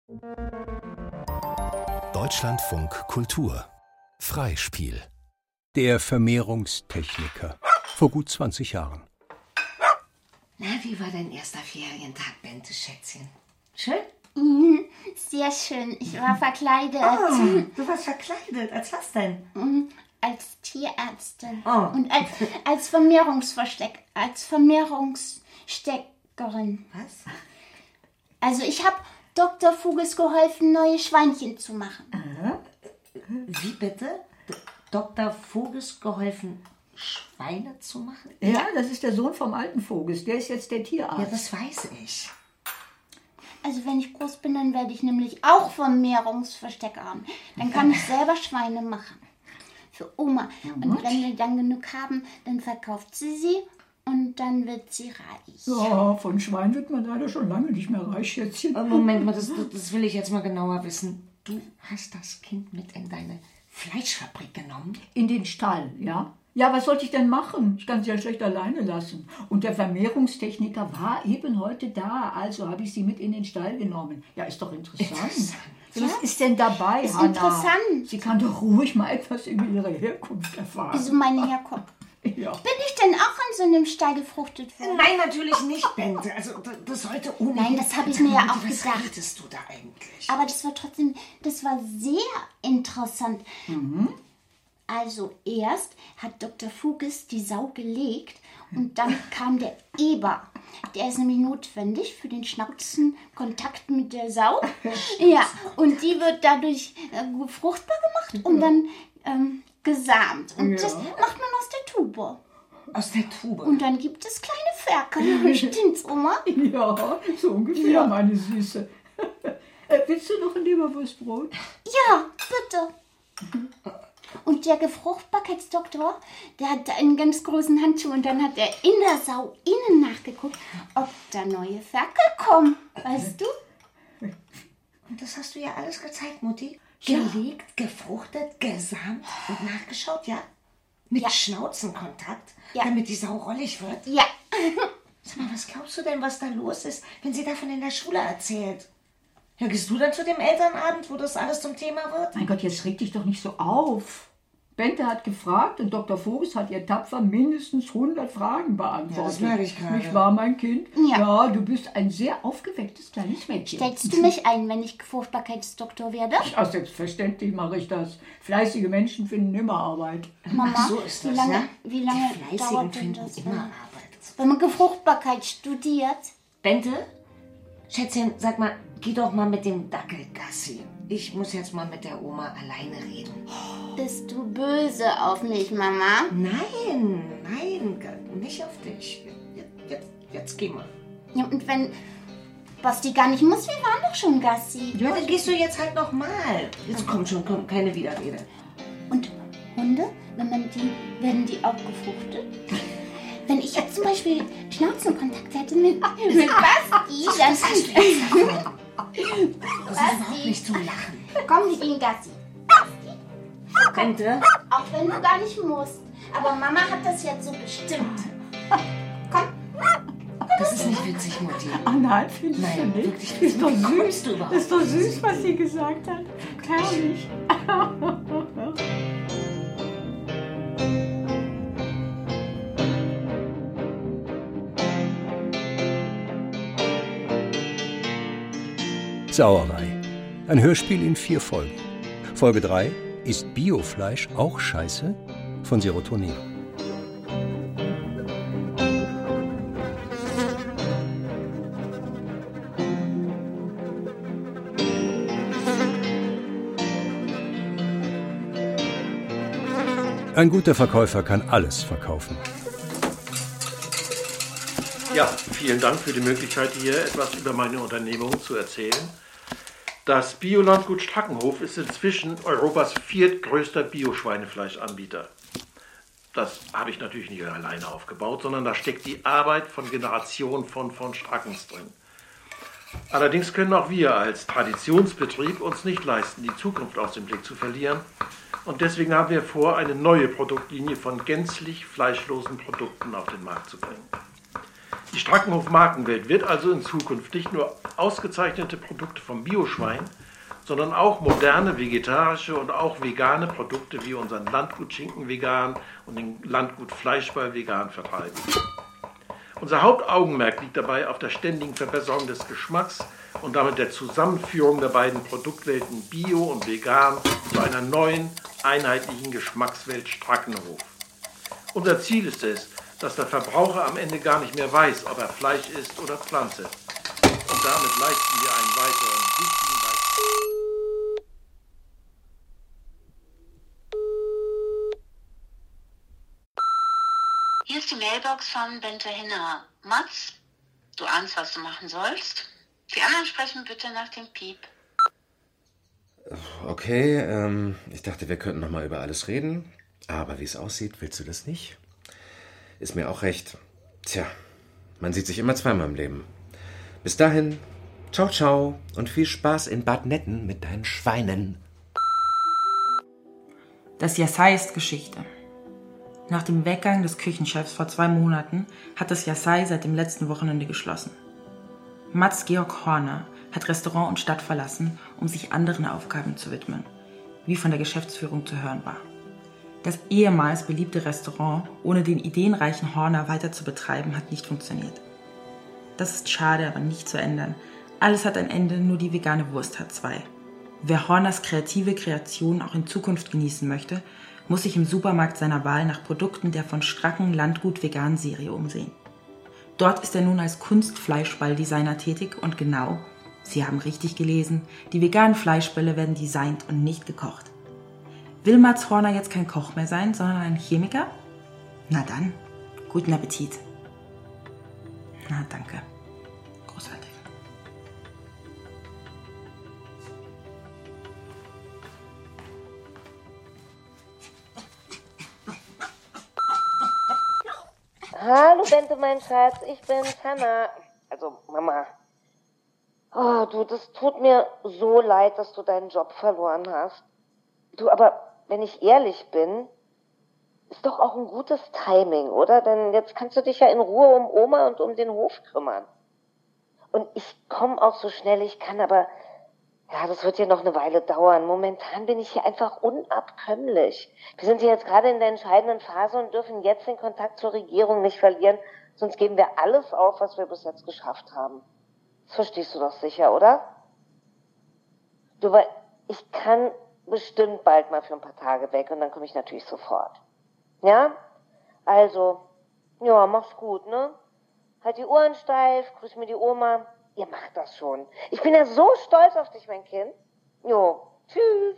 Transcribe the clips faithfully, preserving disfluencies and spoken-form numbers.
Deutschlandfunk Kultur Freispiel. Der Vermehrungstechniker. Vor gut zwanzig Jahren. Na, wie war dein erster Ferientag, Bente, Schätzchen? Schön? Mhm, sehr schön. Ich war verkleidet. Oh, du warst verkleidet. Als was denn? Mhm, als Tierärztin. Oh. Und als, als Vermehrungsversteck, als Vermehrungssteckerin. Was? Also ich habe Doktor Fuges geholfen, neue Schweinchen zu machen. Aha. Wie bitte? D- Doktor Fuges geholfen, Schweine zu machen? Ja, das ist der Sohn vom alten Vogels. Der ist jetzt der Ja, Tierarzt. das weiß ich. Also wenn ich groß bin, dann werde ich nämlich auch Vermehrungsverstecker haben. Dann kann ich selber Schweine machen. Für Oma. Und wenn wir dann genug haben, dann verkauft sie sie und dann wird sie reich. Ja, von Schwein wird man leider schon lange nicht mehr reich, Schätzchen. Oh, Moment mal, das, das will ich jetzt mal genauer wissen. Du hast das Kind mit in deine Fleischfabrik genommen? In den Stall, ja? Ja, was sollte ich denn machen? Ich kann sie ja schlecht alleine lassen. Und der Vermehrungstechniker war eben heute da, also habe ich sie mit in den Stall genommen. Ja, ist doch interessant. Interessant. Ja, was ist denn dabei, Ist Hanna? interessant. Sie kann doch ruhig mal etwas über ihre Herkunft erfahren. Wieso meine Herkunft? Ja. Bin ich denn auch in so einem Stall gefruchtet worden? Nein, natürlich nicht, Bente. Also, das, das sollte ohnehin... Nein, das habe ich mir ja auch Was gedacht. redest du da eigentlich? Aber das war trotzdem, das war sehr interessant. Also erst hat Doktor Fuges die Sau gelegt und dann kam der Eber. Der ist nämlich notwendig für den Schnauzenkontakt mit der Sau. Ja, und die wird dadurch äh, fruchtbar gemacht und dann ähm, gesamt. Und Ja. das macht man aus der Tube. Aus der Tube. Und dann gibt es kleine Ferkel. Stimmt's, Oma? Ja, so ungefähr, Ja. meine Süße. Äh, willst du noch ein Leberwurstbrot? Ja, bitte. Und der Gefruchtbarkeitsdoktor, der hat einen ganz großen Handschuh und dann hat er in der Sau innen nachgeguckt, ob da neue Ferkel kommen. Weißt du? Und das hast du ja alles gezeigt, Mutti. Ja. Gelegt, gefruchtet, gesamt und nachgeschaut, ja? Mit Ja. Schnauzenkontakt, Ja. damit die Sau rollig wird. Ja. Sag mal, was glaubst du denn, was da los ist, wenn sie davon in der Schule erzählt? Ja, gehst du dann zu dem Elternabend, wo das alles zum Thema wird? Mein Gott, jetzt reg dich doch nicht so auf. Bente hat gefragt und Doktor Vogels hat ihr tapfer mindestens hundert Fragen beantwortet. Ja, das merke ich gerade. Nicht wahr, mein Kind? Ja. Du bist ein sehr aufgewecktes kleines Mädchen. Stellst du mich ein, wenn ich Fruchtbarkeitsdoktor werde? Ja, selbstverständlich mache ich das. Fleißige Menschen finden immer Arbeit. Mama, So ist wie das, lange, ja? wie lange Die Fleißigen dauert denn finden das, immer wenn man, Arbeit. wenn man Gefruchtbarkeit studiert? Bente? Schätzchen, sag mal, geh doch mal mit dem Dackel Gassi. Ich muss jetzt mal mit der Oma alleine reden. Bist du böse auf mich, Mama? Nein, nein, gar- nicht auf dich. Jetzt, jetzt, jetzt geh mal. Ja, und wenn Basti gar nicht muss, wir waren doch schon Gassi. Ja, dann gehst du jetzt halt noch mal. Jetzt kommt schon, kommt keine Widerrede. Und Hunde, wenn man die, werden die auch gefruchtet? Wenn ich jetzt zum Beispiel Schnauzenkontakt hätte mit, mit Basti, dann... Das hast du jetzt davon. Das ist überhaupt nicht zum Lachen. Komm, wir gehen Gassi. Bente? Auch wenn du gar nicht musst. Aber Mama hat das jetzt so bestimmt. Komm. Das ist nicht witzig, Mutti. Ah nein, findest Nein, du nicht? wirklich. Ist doch Wie süß. kommst du überhaupt Ist doch auf süß, diese was sie gesagt hat. Herrlich. Sauerei. Ein Hörspiel in vier Folgen. Folge drei. Ist Biofleisch auch scheiße? Von Serotonin. Ein guter Verkäufer kann alles verkaufen. Ja, vielen Dank für die Möglichkeit, hier etwas über meine Unternehmung zu erzählen. Das Biolandgut Strackenhof ist inzwischen Europas viertgrößter Bioschweinefleischanbieter. Das habe ich natürlich nicht alleine aufgebaut, sondern da steckt die Arbeit von Generationen von von Strackens drin. Allerdings können auch wir als Traditionsbetrieb uns nicht leisten, die Zukunft aus dem Blick zu verlieren. Und deswegen haben wir vor, eine neue Produktlinie von gänzlich fleischlosen Produkten auf den Markt zu bringen. Die Die Strackenhof-Markenwelt wird also in Zukunft nicht nur ausgezeichnete Produkte vom Bioschwein, sondern auch moderne, vegetarische und auch vegane Produkte wie unseren Landgut-Schinken vegan und den Landgut-Fleischball vegan vertreiben. Unser Hauptaugenmerk liegt dabei auf der ständigen Verbesserung des Geschmacks und damit der Zusammenführung der beiden Produktwelten Bio und Vegan zu einer neuen, einheitlichen Geschmackswelt Strackenhof. Unser Ziel ist es, dass der Verbraucher am Ende gar nicht mehr weiß, ob er Fleisch isst oder Pflanze. Und damit leisten wir einen weiteren wichtigen Beitrag. Hier ist die Mailbox von Bente Hinner. Mats, du ahnst, was du machen sollst. Die anderen sprechen bitte nach dem Piep. Okay, ähm, ich dachte, wir könnten noch mal über alles reden. Aber wie es aussieht, willst du das nicht? Ist mir auch recht. Tja, man sieht sich immer zweimal im Leben. Bis dahin, ciao, ciao und viel Spaß in Bad Netten mit deinen Schweinen. Das Yassai ist Geschichte. Nach dem Weggang des Küchenchefs vor zwei Monaten hat das Yassai seit dem letzten Wochenende geschlossen. Mats Georg Horner hat Restaurant und Stadt verlassen, um sich anderen Aufgaben zu widmen, wie von der Geschäftsführung zu hören war. Das ehemals beliebte Restaurant ohne den ideenreichen Horner weiter zu betreiben, hat nicht funktioniert. Das ist schade, aber nicht zu ändern. Alles hat ein Ende, nur die vegane Wurst hat zwei. Wer Horners kreative Kreation auch in Zukunft genießen möchte, muss sich im Supermarkt seiner Wahl nach Produkten der von Stracken Landgut Vegan Serie umsehen. Dort ist er nun als Kunstfleischball-Designer tätig und genau, Sie haben richtig gelesen, die veganen Fleischbälle werden designt und nicht gekocht. Will Mats Horner jetzt kein Koch mehr sein, sondern ein Chemiker? Na dann, guten Appetit. Na, danke. Großartig. Hallo Bente, mein Schatz, ich bin Hanna. Also Mama. Oh, du, das tut mir so leid, dass du deinen Job verloren hast. Du, aber wenn ich ehrlich bin, ist doch auch ein gutes Timing, oder? Denn jetzt kannst du dich ja in Ruhe um Oma und um den Hof kümmern. Und ich komme auch so schnell ich kann, aber ja, das wird hier noch eine Weile dauern. Momentan bin ich hier einfach unabkömmlich. Wir sind hier jetzt gerade in der entscheidenden Phase und dürfen jetzt den Kontakt zur Regierung nicht verlieren, sonst geben wir alles auf, was wir bis jetzt geschafft haben. Das verstehst du doch sicher, oder? Du, weil ich kann bestimmt bald mal für ein paar Tage weg und dann komme ich natürlich sofort. Ja? Also, ja, mach's gut, ne? Halt die Ohren steif, grüß mir die Oma. Ihr macht das schon. Ich bin ja so stolz auf dich, mein Kind. Jo, tschüss.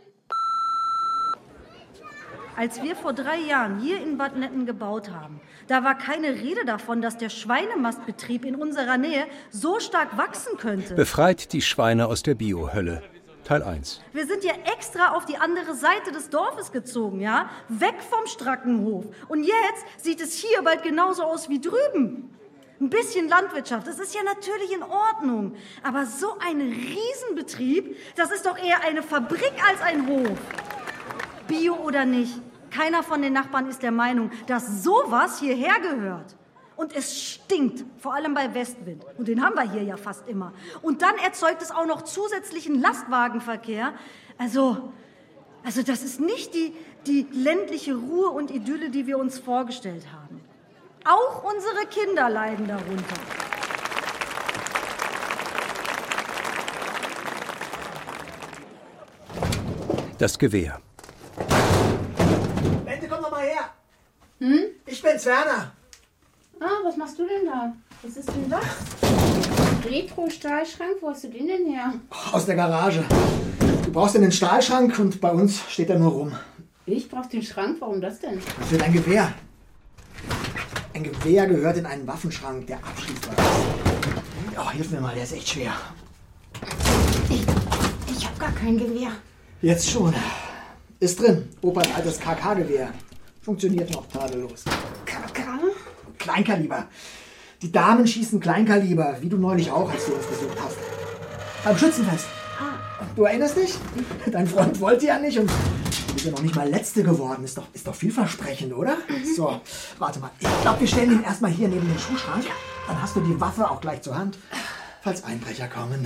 Als wir vor drei Jahren hier in Bad Netten gebaut haben, da war keine Rede davon, dass der Schweinemastbetrieb in unserer Nähe so stark wachsen könnte. Befreit die Schweine aus der Biohölle. Teil eins. Wir sind ja extra auf die andere Seite des Dorfes gezogen, ja? Weg vom Strackenhof. Und jetzt sieht es hier bald genauso aus wie drüben. Ein bisschen Landwirtschaft, das ist ja natürlich in Ordnung. Aber so ein Riesenbetrieb, das ist doch eher eine Fabrik als ein Hof. Bio oder nicht, keiner von den Nachbarn ist der Meinung, dass sowas hierher gehört. Und es stinkt, vor allem bei Westwind. Und den haben wir hier ja fast immer. Und dann erzeugt es auch noch zusätzlichen Lastwagenverkehr. Also, also das ist nicht die, die ländliche Ruhe und Idylle, die wir uns vorgestellt haben. Auch unsere Kinder leiden darunter. Das Gewehr. Bente, komm doch mal her. Hm? Ich bin's, Werner. Ah, was machst du denn da? Was ist denn das? Retro-Stahlschrank, wo hast du den denn her? Aus der Garage. Du brauchst einen Stahlschrank und bei uns steht er nur rum. Ich brauch den Schrank, warum das denn? Für dein Gewehr. Ein Gewehr gehört in einen Waffenschrank, der abschließbar ist. Oh, hilf mir mal, der ist echt schwer. Ich, ich hab gar kein Gewehr. Jetzt schon. Ist drin. Opa ein altes K K-Gewehr. Funktioniert noch tadellos. K K? Kleinkaliber. Die Damen schießen Kleinkaliber, wie du neulich auch, als du uns besucht hast. Beim Schützenfest. Ah. Du erinnerst dich? Dein Freund wollte ja nicht und du bist ja noch nicht mal Letzte geworden. Ist doch, ist doch vielversprechend, oder? Mhm. So, warte mal. Ich glaube, wir stellen ihn erstmal hier neben den Schuhschrank. Ja. Dann hast du die Waffe auch gleich zur Hand, falls Einbrecher kommen.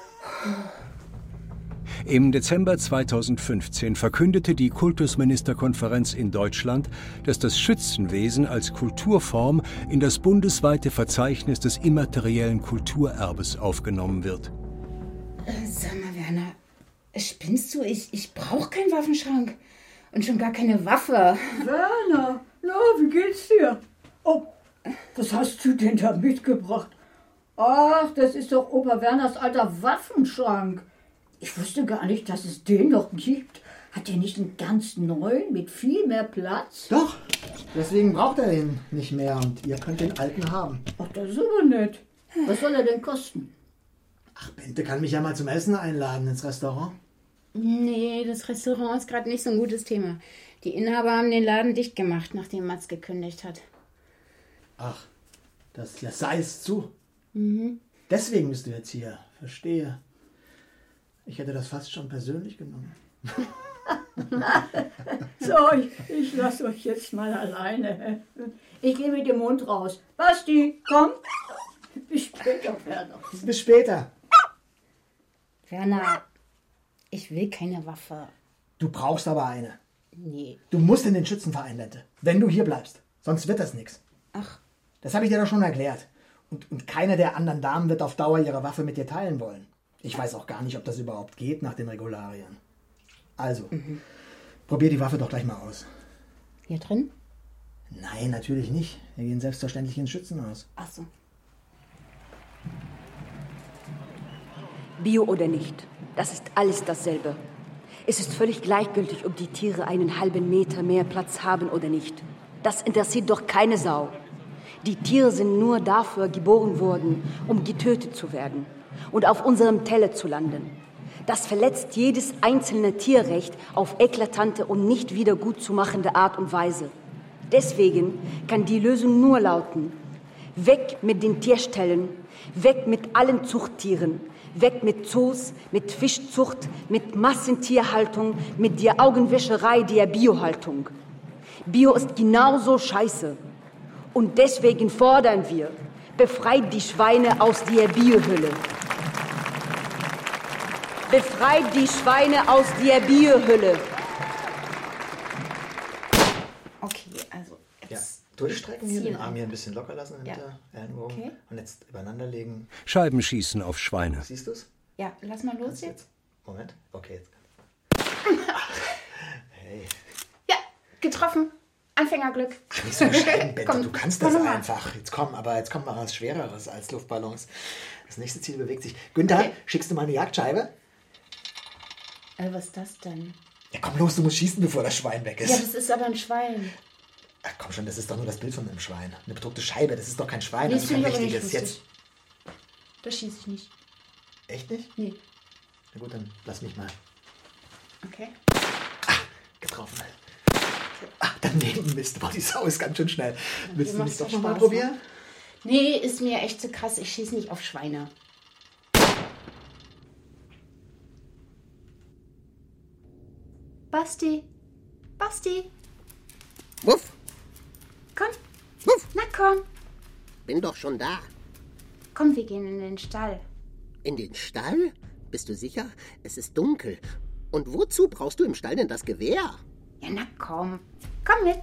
Im Dezember zweitausendfünfzehn verkündete die Kultusministerkonferenz in Deutschland, dass das Schützenwesen als Kulturform in das bundesweite Verzeichnis des immateriellen Kulturerbes aufgenommen wird. Sag mal, Werner, spinnst du? Ich, ich brauche keinen Waffenschrank. Und schon gar keine Waffe. Werner, na, wie geht's dir? Oh, was hast du denn da mitgebracht? Ach, das ist doch Opa Werners alter Waffenschrank. Ich wusste gar nicht, dass es den noch gibt. Hat der nicht einen ganz neuen mit viel mehr Platz? Doch, deswegen braucht er den nicht mehr und ihr könnt den alten haben. Ach, das ist aber nett. Was soll er denn kosten? Ach, Bente kann mich ja mal zum Essen einladen ins Restaurant. Nee, das Restaurant ist gerade nicht so ein gutes Thema. Die Inhaber haben den Laden dicht gemacht, nachdem Mats gekündigt hat. Ach, das Yassai ist zu. Mhm. Deswegen bist du jetzt hier. Verstehe. Ich hätte das fast schon persönlich genommen. So, ich, ich lasse euch jetzt mal alleine. Ich gehe mit dem Hund raus. Basti, komm. Bis später, Werner. Bis später. Werner, ich will keine Waffe. Du brauchst aber eine. Nee. Du musst in den Schützenverein, Bente. Wenn du hier bleibst. Sonst wird das nichts. Ach. Das habe ich dir doch schon erklärt. Und, und keine der anderen Damen wird auf Dauer ihre Waffe mit dir teilen wollen. Ich weiß auch gar nicht, ob das überhaupt geht nach den Regularien. Also, mhm. probier die Waffe doch gleich mal aus. Hier drin? Nein, natürlich nicht. Wir gehen selbstverständlich ins Schützenhaus. Ach so. Bio oder nicht, das ist alles dasselbe. Es ist völlig gleichgültig, ob die Tiere einen halben Meter mehr Platz haben oder nicht. Das interessiert doch keine Sau. Die Tiere sind nur dafür geboren worden, um getötet zu werden und auf unserem Teller zu landen. Das verletzt jedes einzelne Tierrecht auf eklatante und nicht wieder gut zu machende Art und Weise. Deswegen kann die Lösung nur lauten: weg mit den Tierställen, weg mit allen Zuchttieren, weg mit Zoos, mit Fischzucht, mit Massentierhaltung, mit der Augenwischerei der Biohaltung. Bio ist genauso scheiße. Und deswegen fordern wir: befreit die Schweine aus der Biohülle. Befreit die Schweine aus der Biohülle. Okay, also jetzt ja, durchstrecken hier, den ziehen. Arm hier ein bisschen locker lassen mit Ja. der Ellenbogen. Okay. Und jetzt übereinander legen. Scheiben schießen auf Schweine. Siehst du's? Ja, lass mal los jetzt. Moment. Okay, jetzt. Hey. Ja, getroffen. Anfängerglück. Ach, nicht so schreien, Bente. Komm, Du kannst komm das noch mal. einfach. Jetzt komm, aber jetzt kommt mal was Schwereres als Luftballons. Das nächste Ziel bewegt sich. Günther, Okay. schickst du mal eine Jagdscheibe? Äh, was ist das denn? Ja, komm los, du musst schießen, bevor das Schwein weg ist. Ja, das ist aber ein Schwein. Ach komm schon, das ist doch nur das Bild von einem Schwein. Eine bedruckte Scheibe, das ist doch kein Schwein, Nee, das das ist kein finde ich aber nicht richtiges. lustig. Jetzt. Das schieße ich nicht. Echt nicht? Nee. Na gut, dann lass mich mal. Okay. Getroffen. Ach, daneben Mist. Boah, die Sau ist ganz schön schnell. Willst du Dir mich macht's doch doch noch mal Spaß, probieren? ne? Nee, ist mir echt zu krass. Ich schieße nicht auf Schweine. Basti. Basti. Wuff. Komm. Wuff. Na komm. Bin doch schon da. Komm, wir gehen in den Stall. In den Stall? Bist du sicher? Es ist dunkel. Und wozu brauchst du im Stall denn das Gewehr? Ja, na komm. Komm mit.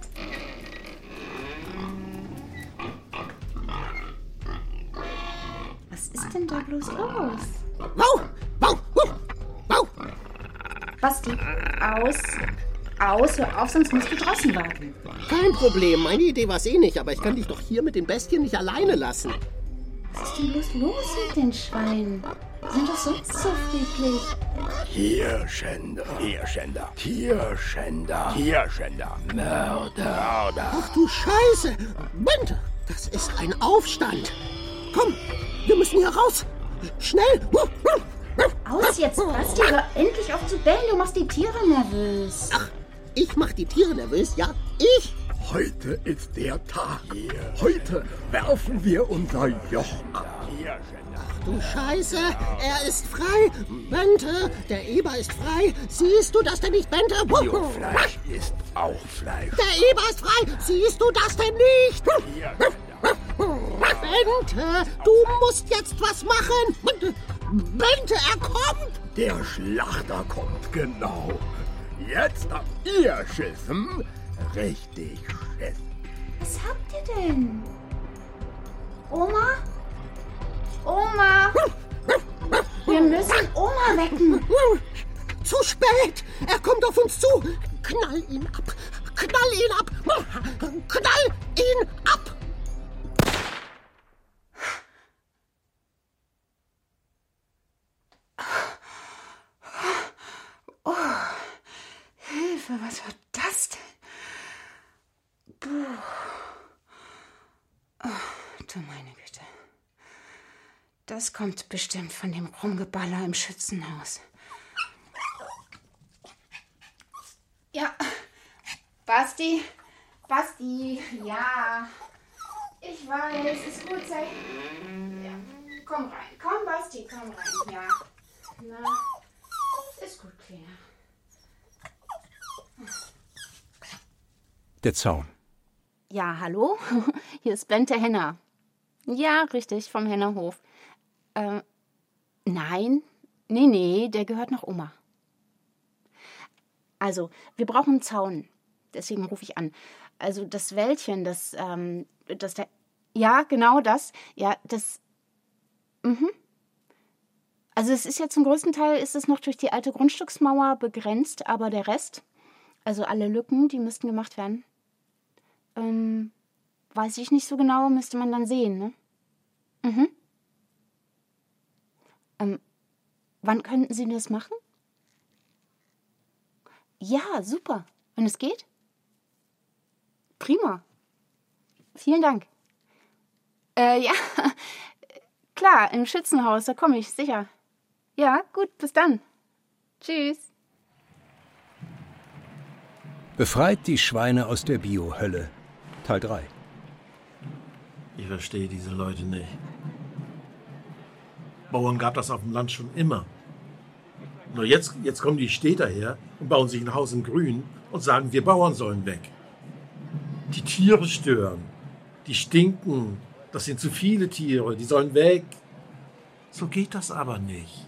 Was ist denn da bloß los? Wow! Wow! Wow! Wow! Basti, aus. Aus, hör auf, sonst musst du draußen warten. Kein Problem. Meine Idee war es eh nicht, aber ich kann dich doch hier mit den Bestien nicht alleine lassen. Was ist denn bloß los mit den Schweinen? Die sind doch sonst so friedlich. Tierschänder, Tierschänder, Tierschänder, Tierschänder, Mörder, Mörder. Ach du Scheiße! Bente, das ist ein Aufstand. Komm, wir müssen hier raus. Schnell! Aus jetzt, Basti, hör endlich auf zu bellen, du machst die Tiere nervös. Ach, ich mach die Tiere nervös, ja? Ich? Heute ist der Tag. Heute werfen wir unser Joch ab. Ach du Scheiße, er ist frei. Bente, der Eber ist frei. Siehst du das denn nicht, Bente? Biofleisch ist auch Fleisch. Der Eber ist frei. Siehst du das denn nicht? Bente, du musst jetzt was machen. Bente, er kommt. Der Schlachter kommt, genau. Jetzt habt ihr Schiss, hm? Richtig Schiss. Was habt ihr denn? Oma? Oma? Wir müssen Oma wecken. Zu spät. Er kommt auf uns zu. Knall ihn ab. Knall ihn ab. Knall ihn ab. Oh, Hilfe, was war das denn? Puh. Oh, du meine Güte. Das kommt bestimmt von dem Rumgeballer im Schützenhaus. Ja, Basti, Basti, ja. Ich weiß, ist gut, sei. Ja, komm rein, komm, Basti, komm rein, ja. Na, ist gut, Kleiner. Der Zaun. Ja, hallo? Hier ist Bente Henner. Ja, richtig, vom Hennerhof. Ähm, nein, nee, nee, der gehört nach Oma. Also, wir brauchen einen Zaun. Deswegen rufe ich an. Also, das Wäldchen, das, ähm, das der... Ja, genau das. Ja, das... Mhm. Also, es ist ja zum größten Teil, ist es noch durch die alte Grundstücksmauer begrenzt, aber der Rest, also alle Lücken, die müssten gemacht werden. Ähm, weiß ich nicht so genau, müsste man dann sehen, ne? Mhm. Ähm, wann könnten Sie das machen? Ja, super. Wenn es geht? Prima. Vielen Dank. Äh, ja, klar, im Schützenhaus, da komme ich, sicher. Ja, gut, bis dann. Tschüss. Befreit die Schweine aus der Biohölle. Teil drei. Ich verstehe diese Leute nicht. Bauern gab das auf dem Land schon immer. Nur jetzt, jetzt kommen die Städter her und bauen sich ein Haus im Grün und sagen, wir Bauern sollen weg. Die Tiere stören. Die stinken. Das sind zu viele Tiere. Die sollen weg. So geht das aber nicht.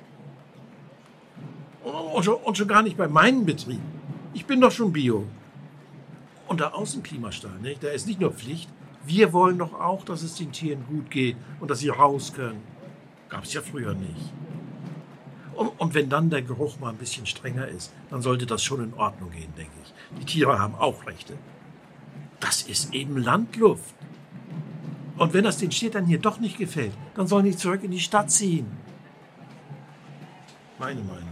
Und schon, und schon gar nicht bei meinem Betrieb. Ich bin doch schon Bio. Und der Außenklimastall, nicht? Der ist nicht nur Pflicht. Wir wollen doch auch, dass es den Tieren gut geht und dass sie raus können. Gab es ja früher nicht. Und, und wenn dann der Geruch mal ein bisschen strenger ist, dann sollte das schon in Ordnung gehen, denke ich. Die Tiere haben auch Rechte. Das ist eben Landluft. Und wenn das den Städtern hier doch nicht gefällt, dann sollen die zurück in die Stadt ziehen. Meine Meinung.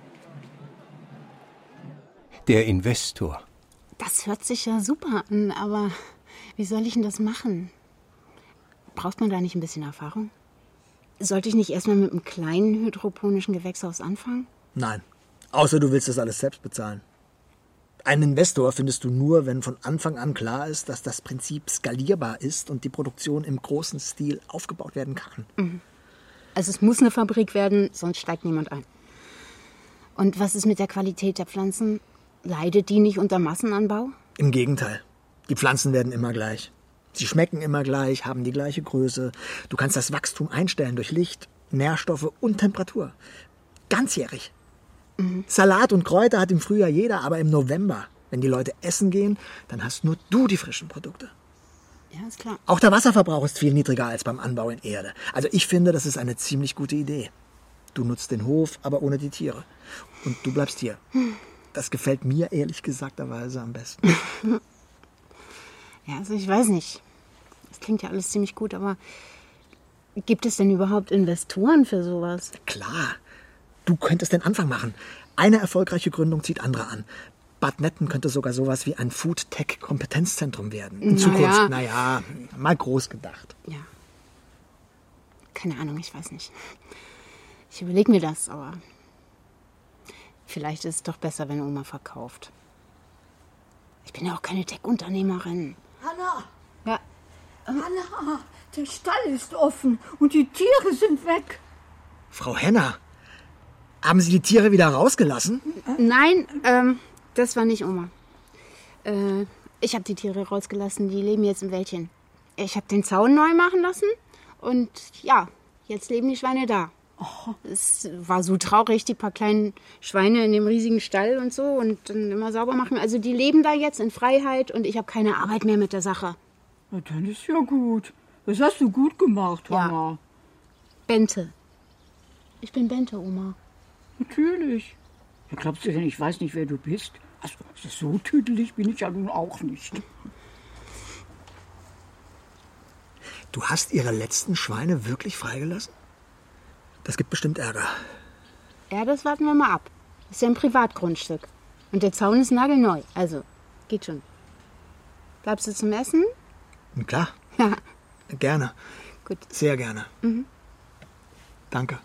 Der Investor. Das hört sich ja super an, aber wie soll ich denn das machen? Braucht man da nicht ein bisschen Erfahrung? Sollte ich nicht erstmal mit einem kleinen hydroponischen Gewächshaus anfangen? Nein, außer du willst das alles selbst bezahlen. Einen Investor findest du nur, wenn von Anfang an klar ist, dass das Prinzip skalierbar ist und die Produktion im großen Stil aufgebaut werden kann. Mhm. Also es muss eine Fabrik werden, sonst steigt niemand ein. Und was ist mit der Qualität der Pflanzen? Leidet die nicht unter Massenanbau? Im Gegenteil. Die Pflanzen werden immer gleich. Sie schmecken immer gleich, haben die gleiche Größe. Du kannst das Wachstum einstellen durch Licht, Nährstoffe und Temperatur. Ganzjährig. Mhm. Salat und Kräuter hat im Frühjahr jeder, aber im November, wenn die Leute essen gehen, dann hast nur du die frischen Produkte. Ja, ist klar. Auch der Wasserverbrauch ist viel niedriger als beim Anbau in Erde. Also ich finde, das ist eine ziemlich gute Idee. Du nutzt den Hof, aber ohne die Tiere. Und du bleibst hier. Hm. Das gefällt mir ehrlich gesagterweise am besten. Ja, also ich weiß nicht. Das klingt ja alles ziemlich gut, aber gibt es denn überhaupt Investoren für sowas? Klar. Du könntest den Anfang machen. Eine erfolgreiche Gründung zieht andere an. Bad Netten könnte sogar sowas wie ein Food-Tech-Kompetenzzentrum werden. In Na Zukunft, ja. naja, mal groß gedacht. Ja. Keine Ahnung, ich weiß nicht. Ich überlege mir das, aber vielleicht ist es doch besser, wenn Oma verkauft. Ich bin ja auch keine Tech-Unternehmerin. Hanna! Ja. Hanna, der Stall ist offen und die Tiere sind weg. Frau Henner, haben Sie die Tiere wieder rausgelassen? Nein, ähm, das war nicht Oma. Äh, ich habe die Tiere rausgelassen, die leben jetzt im Wäldchen. Ich habe den Zaun neu machen lassen Und ja, jetzt leben die Schweine da. Oh. Es war so traurig, die paar kleinen Schweine in dem riesigen Stall und so und dann immer sauber machen. Also die leben da jetzt in Freiheit und ich habe keine Arbeit mehr mit der Sache. Na, dann ist ja gut. Das hast du gut gemacht, Hanna. Ja. Bente. Ich bin Bente, Oma. Natürlich. Ja, glaubst du denn, ich weiß nicht, wer du bist? Also, so tüdelig bin ich ja nun auch nicht. Du hast ihre letzten Schweine wirklich freigelassen? Das gibt bestimmt Ärger. Ja, das warten wir mal ab. Das ist ja ein Privatgrundstück. Und der Zaun ist nagelneu. Also, geht schon. Bleibst du zum Essen? Klar. Ja. Gerne. Gut. Sehr gerne. Mhm. Danke.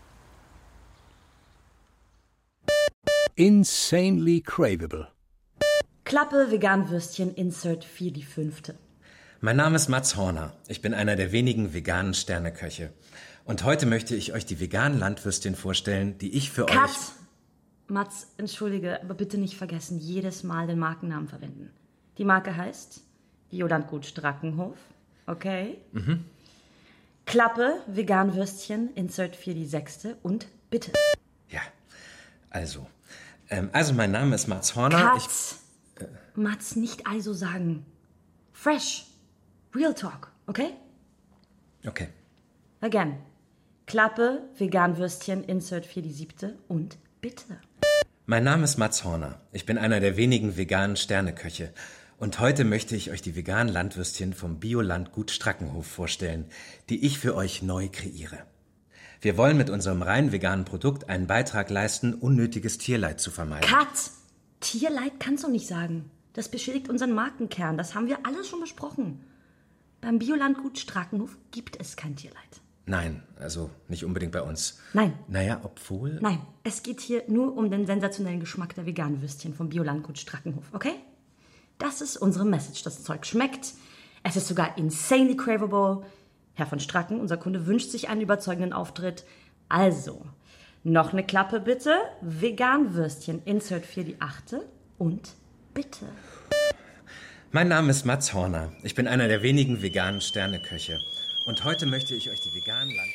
Insanely craveable. Klappe, Veganwürstchen, Insert vier, die fünfte. Mein Name ist Mats Horner. Ich bin einer der wenigen veganen Sterneköche. Und heute möchte ich euch die veganen Landwürstchen vorstellen, die ich für Cut. euch... Mats, entschuldige, aber bitte nicht vergessen, jedes Mal den Markennamen verwenden. Die Marke heißt Biolandgut Strackenhof, okay? Mhm. Klappe, Veganwürstchen, Insert vier, die sechste und bitte. Ja, also... Ähm, also, mein Name ist Mats Horner. Cut. Ich, äh, Mats, nicht also sagen. Fresh. Real Talk, okay? Okay. Again. Klappe, Veganwürstchen, Insert vier, die siebte und bitte. Mein Name ist Mats Horner. Ich bin einer der wenigen veganen Sterneköche. Und heute möchte ich euch die veganen Landwürstchen vom Biolandgut Strackenhof vorstellen, die ich für euch neu kreiere. Wir wollen mit unserem rein veganen Produkt einen Beitrag leisten, unnötiges Tierleid zu vermeiden. Cut! Tierleid kannst du nicht sagen. Das beschädigt unseren Markenkern. Das haben wir alles schon besprochen. Beim Biolandgut Strackenhof gibt es kein Tierleid. Nein, also nicht unbedingt bei uns. Nein. Naja, obwohl... Nein, es geht hier nur um den sensationellen Geschmack der veganen Würstchen vom Biolandgut Strackenhof, okay? Das ist unsere Message. Das Zeug schmeckt. Es ist sogar insanely craveable. Herr von Stracken, unser Kunde, wünscht sich einen überzeugenden Auftritt. Also, noch eine Klappe bitte. Veganwürstchen, Insert vier, die achte und bitte. Mein Name ist Mats Horner. Ich bin einer der wenigen veganen Sterneköche. Und heute möchte ich euch die veganen Land...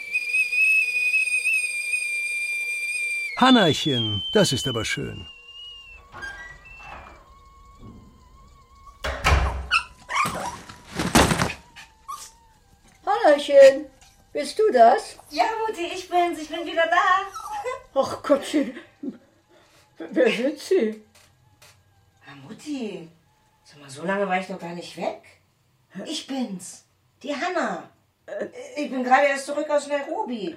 Hannerchen, das ist aber schön. Hannerchen, bist du das? Ja, Mutti, ich bin's. Ich bin wieder da. Ach Gottchen, wer sind Sie? Na, Mutti, sag mal, so lange war ich doch gar nicht weg. Ich bin's, die Hanna. Ich bin gerade erst zurück aus Nairobi.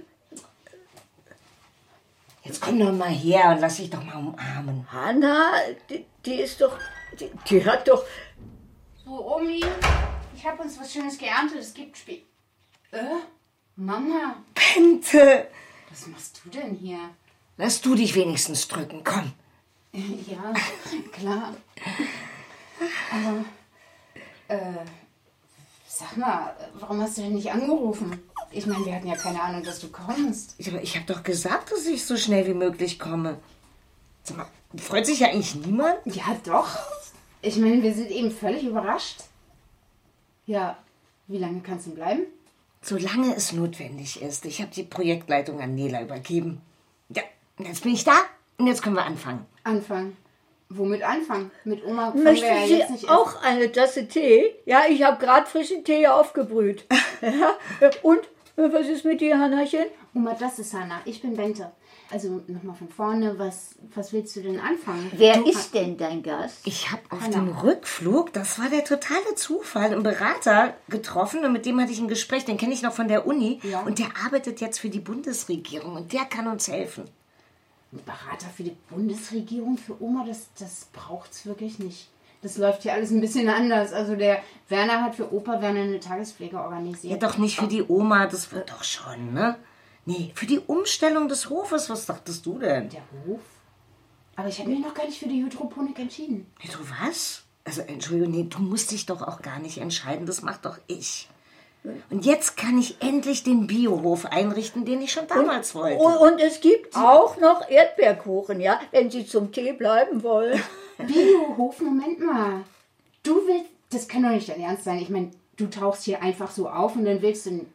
Jetzt komm doch mal her und lass dich doch mal umarmen. Hanna, die, die ist doch, die, die hat doch... So, Omi, ich habe uns was Schönes geerntet. Es gibt Spie... Äh? Mama. Bente. Was machst du denn hier? Lass du dich wenigstens drücken, komm. Ja, klar. Aber, äh, sag mal, warum hast du denn nicht angerufen? Ich meine, wir hatten ja keine Ahnung, dass du kommst. Aber ich habe doch gesagt, dass ich so schnell wie möglich komme. Sag mal, freut sich ja eigentlich niemand? Ja, doch. Ich meine, wir sind eben völlig überrascht. Ja, wie lange kannst du bleiben? Solange es notwendig ist. Ich habe die Projektleitung an Nela übergeben. Ja, und jetzt bin ich da und jetzt können wir anfangen. Anfangen? Womit anfangen? Mit Oma fangen Möchten wir ja Sie jetzt nicht auch essen. eine Tasse Tee? Ja, ich habe gerade frischen Tee aufgebrüht. Ja, und, was ist mit dir, Hannachen? Oma, das ist Hanna. Ich bin Bente. Also nochmal von vorne, was, was willst du denn anfangen? Wer du, ist denn dein Gast? Ich habe auf Hanna. dem Rückflug, das war der totale Zufall, einen Berater getroffen und mit dem hatte ich ein Gespräch, den kenne ich noch von der Uni. Ja. Und der arbeitet jetzt für die Bundesregierung und der kann uns helfen. Ein Berater für die Bundesregierung, für Oma, das, das braucht's wirklich nicht. Das läuft hier alles ein bisschen anders. Also der Werner hat für Opa Werner eine Tagespflege organisiert. Ja, doch nicht für die Oma, das wird doch schon, ne? Nee, für die Umstellung des Hofes, was dachtest du denn? Der Hof? Aber ich habe mich noch gar nicht für die Hydroponik entschieden. Nee, du was? Also, Entschuldigung, nee, du musst dich doch auch gar nicht entscheiden, das macht doch ich. Und jetzt kann ich endlich den Biohof einrichten, den ich schon damals und, wollte. Und es gibt auch noch Erdbeerkuchen, ja, wenn Sie zum Tee bleiben wollen. Biohof, Moment mal. Du willst, das kann doch nicht dein Ernst sein. Ich meine, du tauchst hier einfach so auf und dann willst du einen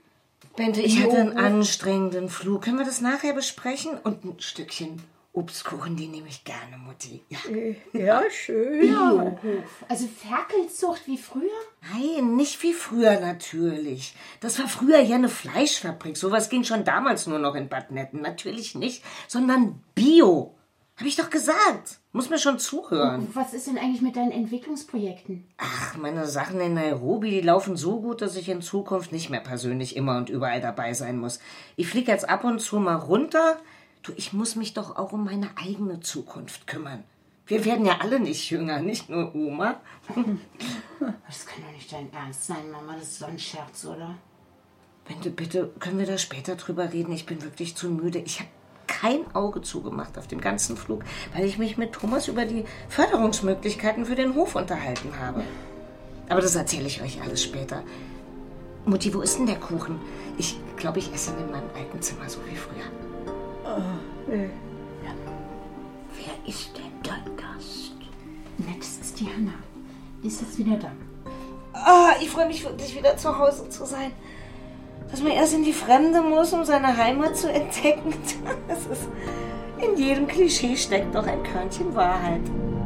Bente, ich hatte einen anstrengenden Flug. Können wir das nachher besprechen? Und ein Stückchen Obstkuchen, die nehme ich gerne, Mutti. Ja, ja schön. Biohof. Also Ferkelzucht wie früher? Nein, nicht wie früher natürlich. Das war früher ja eine Fleischfabrik. Sowas ging schon damals nur noch in Bad Netten. Natürlich nicht, sondern Bio. Hab ich doch gesagt. Muss mir schon zuhören. Was ist denn eigentlich mit deinen Entwicklungsprojekten? Ach, meine Sachen in Nairobi, die laufen so gut, dass ich in Zukunft nicht mehr persönlich immer und überall dabei sein muss. Ich fliege jetzt ab und zu mal runter. Du, ich muss mich doch auch um meine eigene Zukunft kümmern. Wir werden ja alle nicht jünger, nicht nur Oma. Das kann doch nicht dein Ernst sein, Mama. Das ist so ein Scherz, oder? Bente, bitte, können wir da später drüber reden? Ich bin wirklich zu müde. Ich habe kein Auge zugemacht auf dem ganzen Flug, weil ich mich mit Thomas über die Förderungsmöglichkeiten für den Hof unterhalten habe. Aber das erzähle ich euch alles später. Mutti, wo ist denn der Kuchen? Ich glaube, ich esse ihn in meinem alten Zimmer, so wie früher. Oh, äh. Ja. Wer ist denn dein Gast? Na, das ist die Hanna. Die ist jetzt wieder da. Ah, ich freue mich wirklich, wieder zu Hause zu sein. Dass man erst in die Fremde muss, um seine Heimat zu entdecken. Das ist, in jedem Klischee steckt doch ein Körnchen Wahrheit.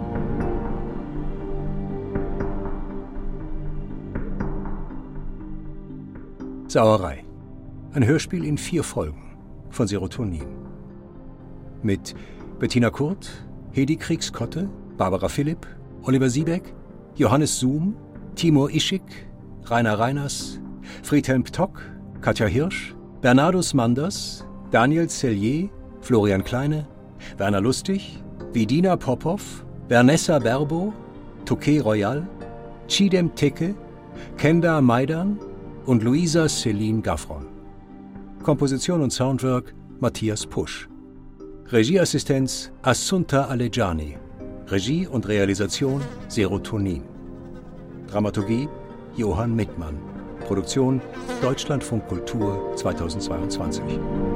Sauerei. Ein Hörspiel in vier Folgen von Serotonin. Mit Bettina Kurt, Hedi Kriegskotte, Barbara Philipp, Oliver Siebeck, Johannes Suhm, Timur Ischik, Rainer Reiners, Friedhelm Ptock, Katja Hirsch, Bernardus Manders, Daniel Cellier, Florian Kleine, Werner Lustig, Vidina Popov, Vernessa Berbo, Touquet Royal, Chidem Teke, Kenda Maidan und Luisa Celine Gaffron. Komposition und Soundwork Matthias Pusch. Regieassistenz Assunta Alejani. Regie und Realisation Serotonin. Dramaturgie Johann Mittmann. Produktion Deutschlandfunk Kultur zweitausendzweiundzwanzig.